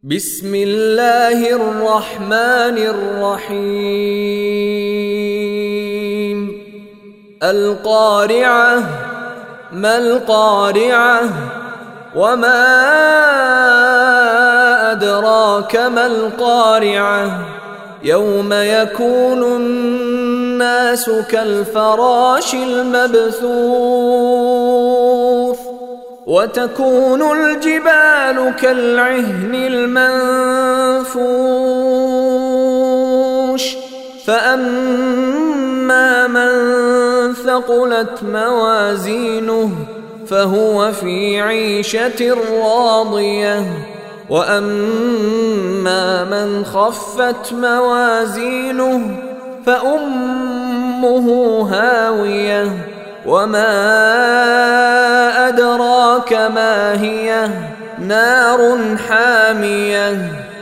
بسم الله الرحمن الرحيم القارعة ما القارعة وما أدراك ما القارعة يوم يكون الناس كالفراش المبثوث وتكون الجبال كالعهن المنفوش فأما من ثقلت موازينه فهو في عيشة راضية وأما من خفت موازينه فأمه هاوية وما أدراك ما هي نار حامية